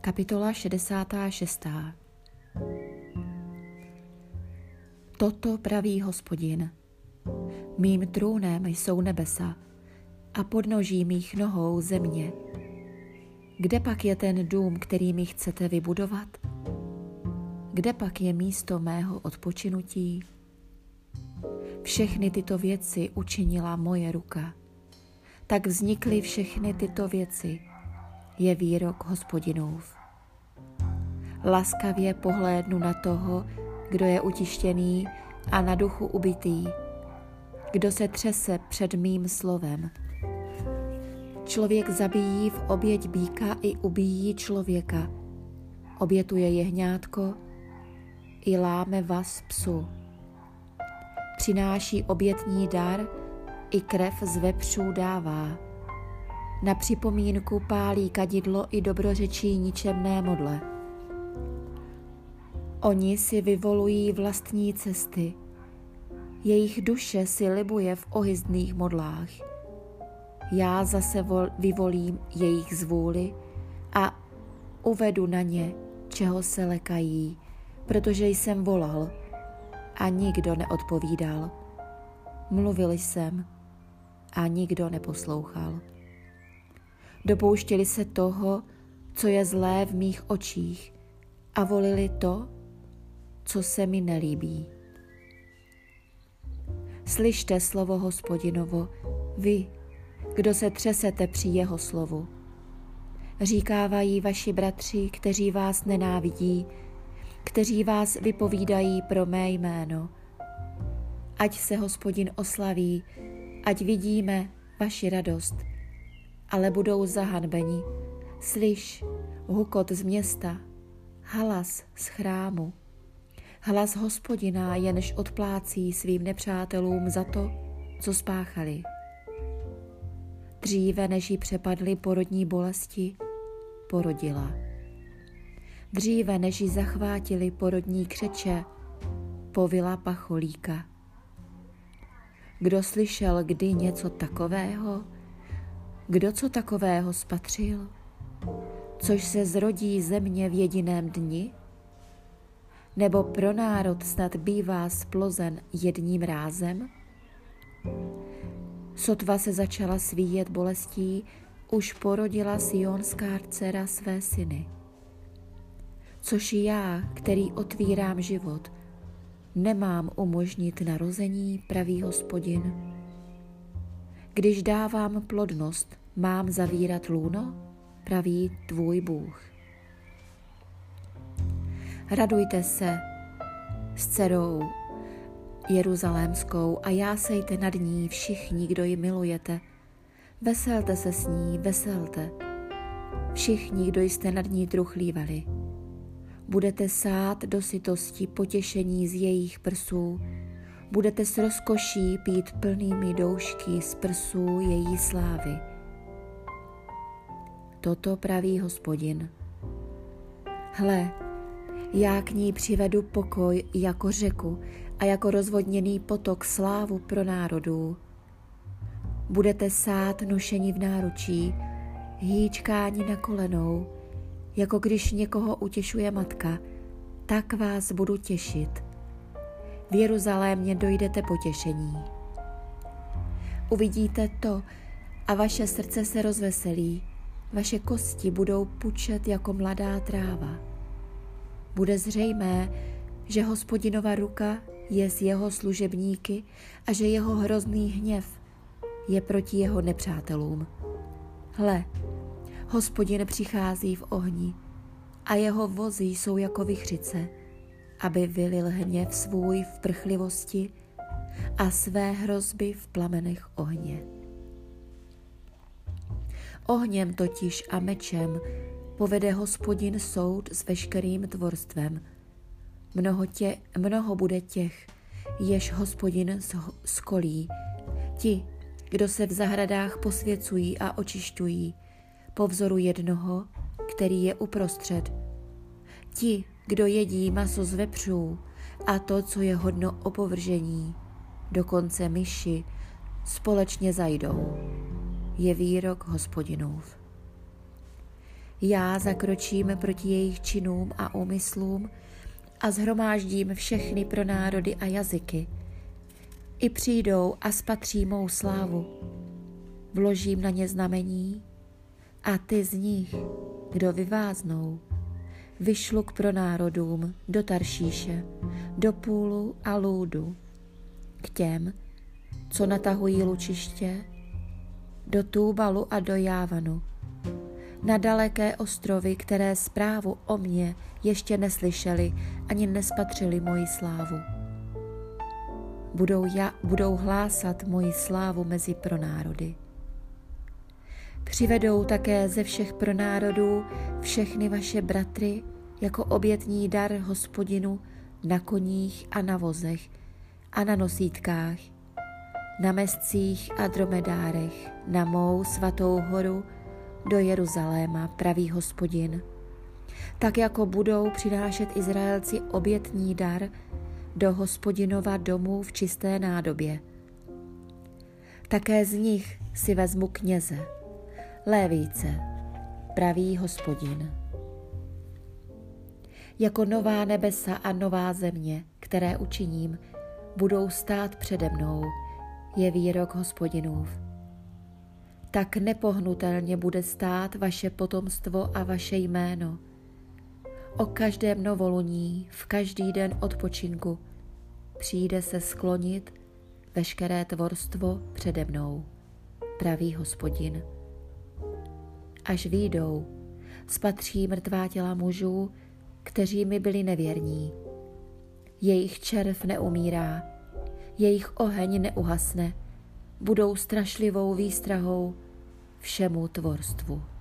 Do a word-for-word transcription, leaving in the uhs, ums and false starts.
Kapitola šedesát šest. Toto praví Hospodin. Mým trůnem jsou nebesa a podnoží mých nohou země. Kde pak je ten dům, který mi chcete vybudovat? Kde pak je místo mého odpočinutí? Všechny tyto věci učinila moje ruka. Tak vznikly všechny tyto věci, je výrok Hospodinův. Laskavě pohlédnu na toho, kdo je utištěný a na duchu ubitý, kdo se třese před mým slovem. Člověk zabíjí v oběť býka i ubíjí člověka, obětuje jehňátko i láme vaz psu. Přináší obětní dar i krev z vepřů dává. Na připomínku pálí kadidlo i dobrořečí ničemné modle. Oni si vyvolují vlastní cesty, jejich duše si libuje v ohyzdných modlách. Já zase vol, vyvolím jejich zvůli a uvedu na ně, čeho se lekají, protože jsem volal a nikdo neodpovídal. Mluvil jsem a nikdo neposlouchal. Dopouštěli se toho, co je zlé v mých očích, a volili to, co se mi nelíbí. Slyšte slovo Hospodinovo, vy, kdo se třesete při jeho slovu. Říkávají vaši bratři, kteří vás nenávidí, kteří vás vypovídají pro mé jméno. Ať se Hospodin oslaví, ať vidíme vaši radost, ale budou zahanbeni. Slyš, hukot z města, halas z chrámu, hlas Hospodina, jenž odplácí svým nepřátelům za to, co spáchali. Dříve, než jí přepadly porodní bolesti, porodila. Dříve, než jí zachvátili porodní křeče, povila pacholíka. Kdo slyšel kdy něco takového? Kdo co takového spatřil? Což se zrodí země v jediném dni? Nebo pro národ snad bývá splozen jedním rázem? Sotva se začala svíjet bolestí, už porodila sionská dcera své syny. Což já, který otvírám život, nemám umožnit narození, praví Hospodin. Když dávám plodnost, mám zavírat lůno, praví tvůj Bůh. Radujte se s dcerou Jeruzalémskou a jásejte nad ní všichni, kdo ji milujete. Veselte se s ní, veselte. Všichni, kdo jste nad ní truchlívali. Budete sát do sytosti potěšení z jejich prsů. Budete s rozkoší pít plnými doušky z prsů její slávy. Toto praví Hospodin. Hle, já k ní přivedu pokoj jako řeku a jako rozvodněný potok slávu pro národů. Budete sát nošení v náručí, hýčkáni na kolenou, jako když někoho utěšuje matka, tak vás budu těšit. V Jeruzalémě dojdete potěšení. Uvidíte to a vaše srdce se rozveselí, vaše kosti budou pučet jako mladá tráva. Bude zřejmé, že Hospodinova ruka je s jeho služebníky a že jeho hrozný hněv je proti jeho nepřátelům. Hle, Hospodin přichází v ohni a jeho vozy jsou jako vichřice, aby vylil hněv svůj v prchlivosti a své hrozby v plamenech ohně. Ohněm totiž a mečem povede Hospodin soud s veškerým tvorstvem. Mnoho, tě, mnoho bude těch, jež Hospodin skolí, ti, kdo se v zahradách posvěcují a očišťují, po vzoru jednoho, který je uprostřed. Ti, kdo jedí maso z vepřů a to, co je hodno opovržení, dokonce myši, společně zajdou. Je výrok Hospodinův. Já zakročím proti jejich činům a úmyslům a shromáždím všechny pronárody a jazyky. I přijdou a spatří mou slávu. Vložím na ně znamení a ty z nich, kdo vyváznou, vyšlu k pronárodům do Taršíše, do Půlu a Lůdu, k těm, co natahují lučiště, do Túbalu a do Jávanu, na daleké ostrovy, které zprávu o mně ještě neslyšeli ani nespatřili moji slávu. Budou, ja, budou hlásat moji slávu mezi pronárody. Přivedou také ze všech pronárodů všechny vaše bratry jako obětní dar Hospodinu na koních a na vozech a na nosítkách, na mezcích a dromedárech, na mou svatou horu do Jeruzaléma, pravý Hospodin. Tak jako budou přinášet Izraelci obětní dar do Hospodinova domu v čisté nádobě. Také z nich si vezmu kněze, Lévíce, pravý Hospodin. Jako nová nebesa a nová země, které učiním, budou stát přede mnou, je výrok Hospodinův. Tak nepohnutelně bude stát vaše potomstvo a vaše jméno. O každém novoluní, v každý den odpočinku, přijde se sklonit veškeré tvorstvo přede mnou, pravý Hospodin. Až vyjdou, spatří mrtvá těla mužů, kteří mi byli nevěrní. Jejich červ neumírá, jejich oheň neuhasne, budou strašlivou výstrahou všemu tvorstvu.